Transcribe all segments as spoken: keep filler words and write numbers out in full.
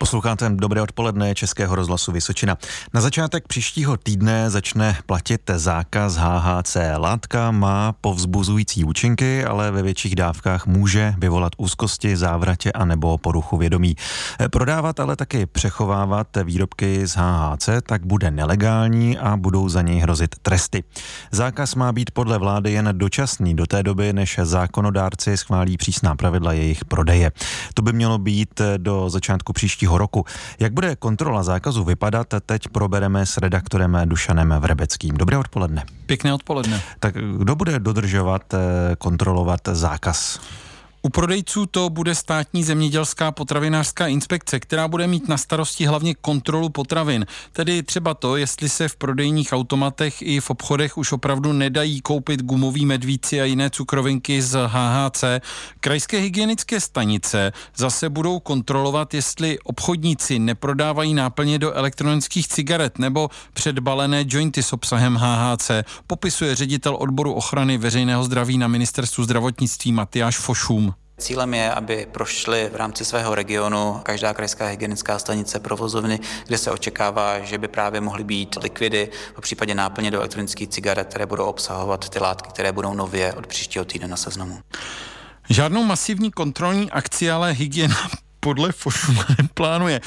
Posloucháte Dobré odpoledne Českého rozhlasu Vysočina. Na začátek příštího týdne začne platit zákaz H H C. Látka má povzbuzující účinky, ale ve větších dávkách může vyvolat úzkosti, závratě a nebo poruchu vědomí. Prodávat, ale taky přechovávat výrobky z H H C tak bude nelegální a budou za něj hrozit tresty. Zákaz má být podle vlády jen dočasný do té doby, než zákonodárci schválí přísná pravidla jejich prodeje. To by mělo být do začátku příštího roku. Jak bude kontrola zákazu vypadat, teď probereme s redaktorem Dušanem Vrebeckým. Dobré odpoledne. Pěkné odpoledne. Tak kdo bude dodržovat, kontrolovat zákaz? U prodejců to bude státní zemědělská potravinářská inspekce, která bude mít na starosti hlavně kontrolu potravin. Tedy třeba to, jestli se v prodejních automatech i v obchodech už opravdu nedají koupit gumoví medvíci a jiné cukrovinky z H H C. Krajské hygienické stanice zase budou kontrolovat, jestli obchodníci neprodávají náplně do elektronických cigaret nebo předbalené jointy s obsahem H H C, popisuje ředitel odboru ochrany veřejného zdraví na ministerstvu zdravotnictví Matyáš Fošům. Cílem je, aby prošly v rámci svého regionu každá krajská hygienická stanice provozovny, kde se očekává, že by právě mohly být likvidy, v případě náplně do elektronických cigaret, které budou obsahovat ty látky, které budou nově od příštího týdne na seznamu. Žádnou masivní kontrolní akci ale hygiena podle Fošuma neplánuje.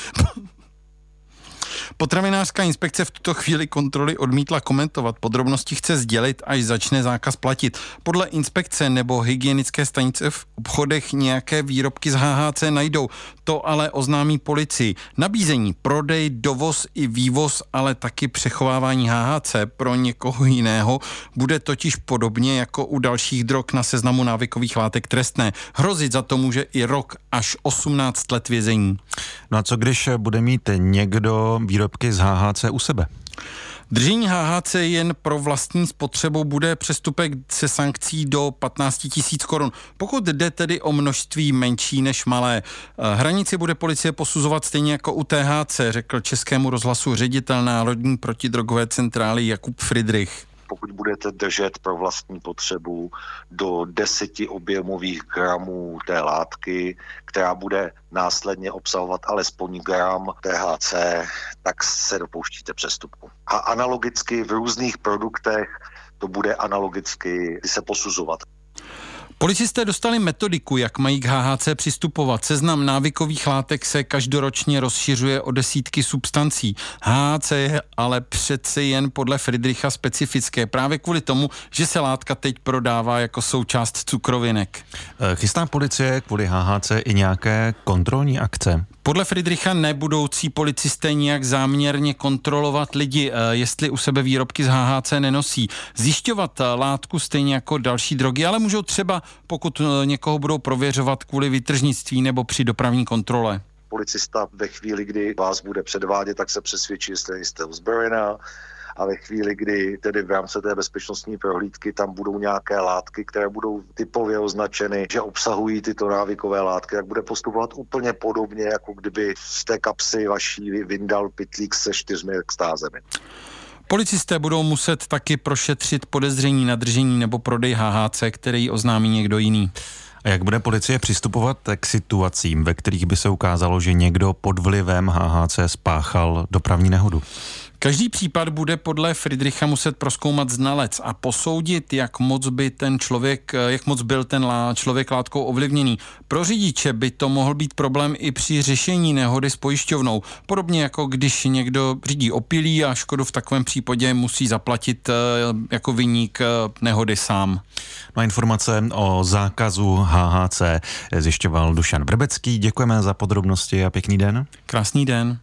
Potravinářská inspekce v tuto chvíli kontroly odmítla komentovat. Podrobnosti chce sdělit, až začne zákaz platit. Podle inspekce nebo hygienické stanice v obchodech nějaké výrobky z H H C najdou. To ale oznámí policii. Nabízení, prodej, dovoz i vývoz, ale taky přechovávání H H C pro někoho jiného bude totiž podobně jako u dalších drog na seznamu návykových látek trestné. Hrozit za to může i rok až osmnáct let vězení. No a co když bude mít někdo výrobky z H H C u sebe? Držení H H C jen pro vlastní spotřebu bude přestupek se sankcí do patnáct tisíc korun. Pokud jde tedy o množství menší než malé. Hranici bude policie posuzovat stejně jako u T H C, řekl Českému rozhlasu ředitel Národní protidrogové centrály Jakub Friedrich. Pokud budete držet pro vlastní potřebu do deseti objemových gramů té látky, která bude následně obsahovat alespoň gram T H C, tak se dopouštíte přestupku. A analogicky v různých produktech to bude analogicky se posuzovat. Policisté dostali metodiku, jak mají k H H C přistupovat. Seznam návykových látek se každoročně rozšiřuje o desítky substancí. H H C je ale přece jen podle Friedricha specifické, právě kvůli tomu, že se látka teď prodává jako součást cukrovinek. Chystá policie kvůli H H C i nějaké kontrolní akce? Podle Friedricha nebudoucí policisté nijak záměrně kontrolovat lidi, jestli u sebe výrobky z H H C nenosí. Zjišťovat látku stejně jako další drogy, ale můžou třeba, pokud někoho budou prověřovat kvůli výtržnictví nebo při dopravní kontrole. Policista ve chvíli, kdy vás bude předvádět, tak se přesvědčí, jestli jste ozbrojená. A ve chvíli, kdy tedy v rámci té bezpečnostní prohlídky tam budou nějaké látky, které budou typově označeny, že obsahují tyto návykové látky, tak bude postupovat úplně podobně, jako kdyby z té kapsy vaší vyndal pytlík se čtyřmi extázemi. Policisté budou muset taky prošetřit podezření na držení nebo prodej H H C, který oznámí někdo jiný. A jak bude policie přistupovat k situacím, ve kterých by se ukázalo, že někdo pod vlivem H H C spáchal dopravní nehodu? Každý případ bude podle Friedricha muset prozkoumat znalec a posoudit, jak moc by ten člověk, jak moc byl ten lá, člověk látkou ovlivněný. Pro řidiče by to mohl být problém i při řešení nehody s pojišťovnou. Podobně jako když někdo řídí opilý a škodu v takovém případě musí zaplatit jako viník nehody sám. No a informace o zákazu H H C zjišťoval Dušan Vrebecký. Děkujeme za podrobnosti a pěkný den. Krásný den.